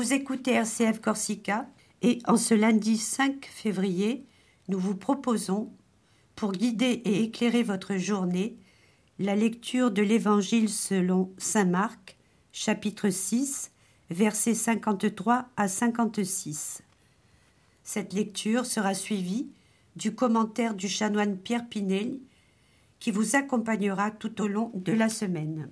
Vous écoutez RCF Corsica et en ce lundi 5 février, nous vous proposons, pour guider et éclairer votre journée, la lecture de l'Évangile selon saint Marc, chapitre 6, versets 53 à 56. Cette lecture sera suivie du commentaire du chanoine Pierre Pinel qui vous accompagnera tout au long de la semaine.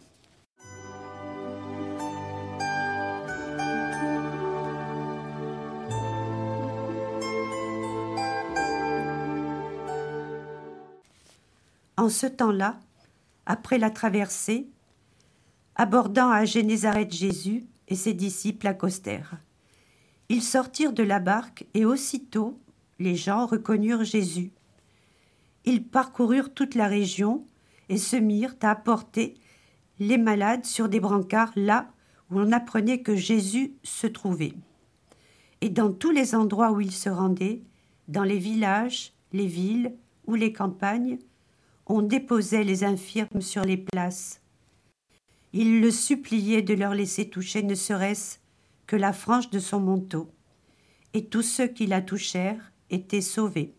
En ce temps-là, après la traversée, abordant à Génézareth Jésus et ses disciples accostèrent. Ils sortirent de la barque et aussitôt les gens reconnurent Jésus. Ils parcoururent toute la région et se mirent à apporter les malades sur des brancards là où on apprenait que Jésus se trouvait. Et dans tous les endroits où ils se rendaient, dans les villages, les villes ou les campagnes, on déposait les infirmes sur les places. Il le suppliait de leur laisser toucher ne serait-ce que la frange de son manteau. Et tous ceux qui la touchèrent étaient sauvés.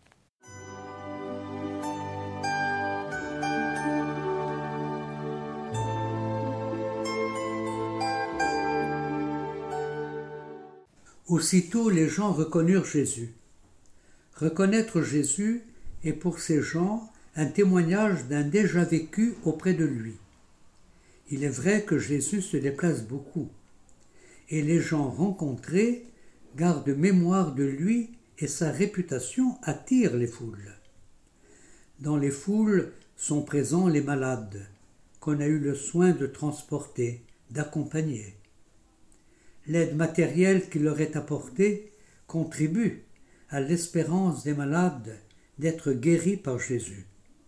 Aussitôt les gens reconnurent Jésus. Reconnaître Jésus est pour ces gens un témoignage d'un déjà vécu auprès de lui. Il est vrai que Jésus se déplace beaucoup, et les gens rencontrés gardent mémoire de lui et sa réputation attire les foules. Dans les foules sont présents les malades, qu'on a eu le soin de transporter, d'accompagner. L'aide matérielle qui leur est apportée contribue à l'espérance des malades d'être guéris par Jésus.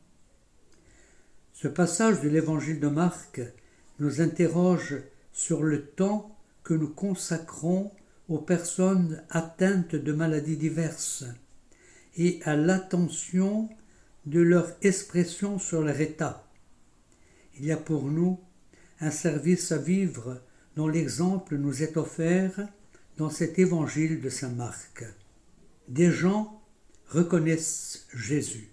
Ce passage de l'Évangile de Marc nous interroge sur le temps que nous consacrons aux personnes atteintes de maladies diverses et à l'attention de leur expression sur leur état. Il y a pour nous un service à vivre dont l'exemple nous est offert dans cet Évangile de saint Marc. Des gens reconnaissent Jésus.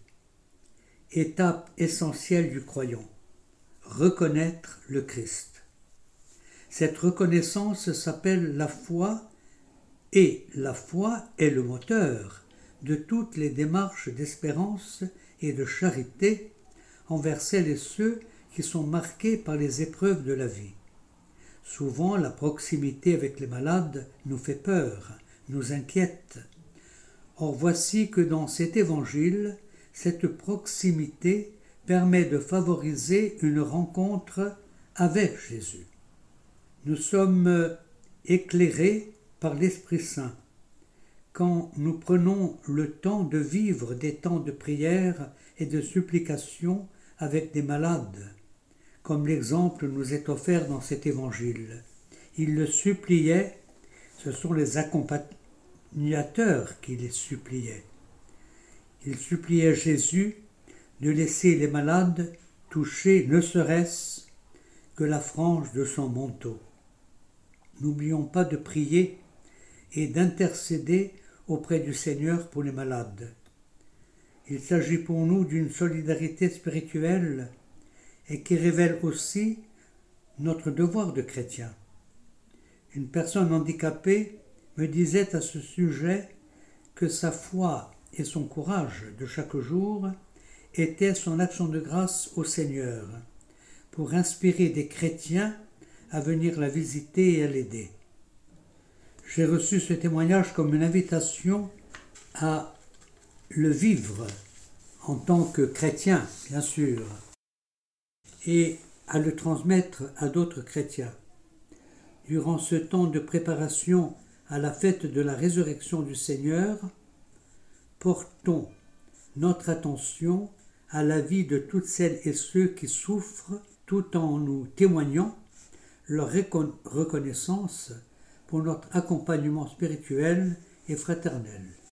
Étape essentielle du croyant, reconnaître le Christ. Cette reconnaissance s'appelle la foi et la foi est le moteur de toutes les démarches d'espérance et de charité envers celles et ceux qui sont marqués par les épreuves de la vie. Souvent, la proximité avec les malades nous fait peur, nous inquiète. Or, voici que dans cet évangile, cette proximité permet de favoriser une rencontre avec Jésus. Nous sommes éclairés par l'Esprit Saint quand nous prenons le temps de vivre des temps de prière et de supplication avec des malades, comme l'exemple nous est offert dans cet évangile. Il le suppliait, ce sont les accompagnateurs qui les suppliaient. Il suppliait Jésus de laisser les malades toucher ne serait-ce que la frange de son manteau. N'oublions pas de prier et d'intercéder auprès du Seigneur pour les malades. Il s'agit pour nous d'une solidarité spirituelle et qui révèle aussi notre devoir de chrétien. Une personne handicapée me disait à ce sujet que sa foi et son courage de chaque jour étaient son action de grâce au Seigneur pour inspirer des chrétiens à venir la visiter et à l'aider. J'ai reçu ce témoignage comme une invitation à le vivre en tant que chrétien, bien sûr, et à le transmettre à d'autres chrétiens. Durant ce temps de préparation à la fête de la résurrection du Seigneur, portons notre attention à la vie de toutes celles et ceux qui souffrent tout en nous témoignant leur reconnaissance pour notre accompagnement spirituel et fraternel.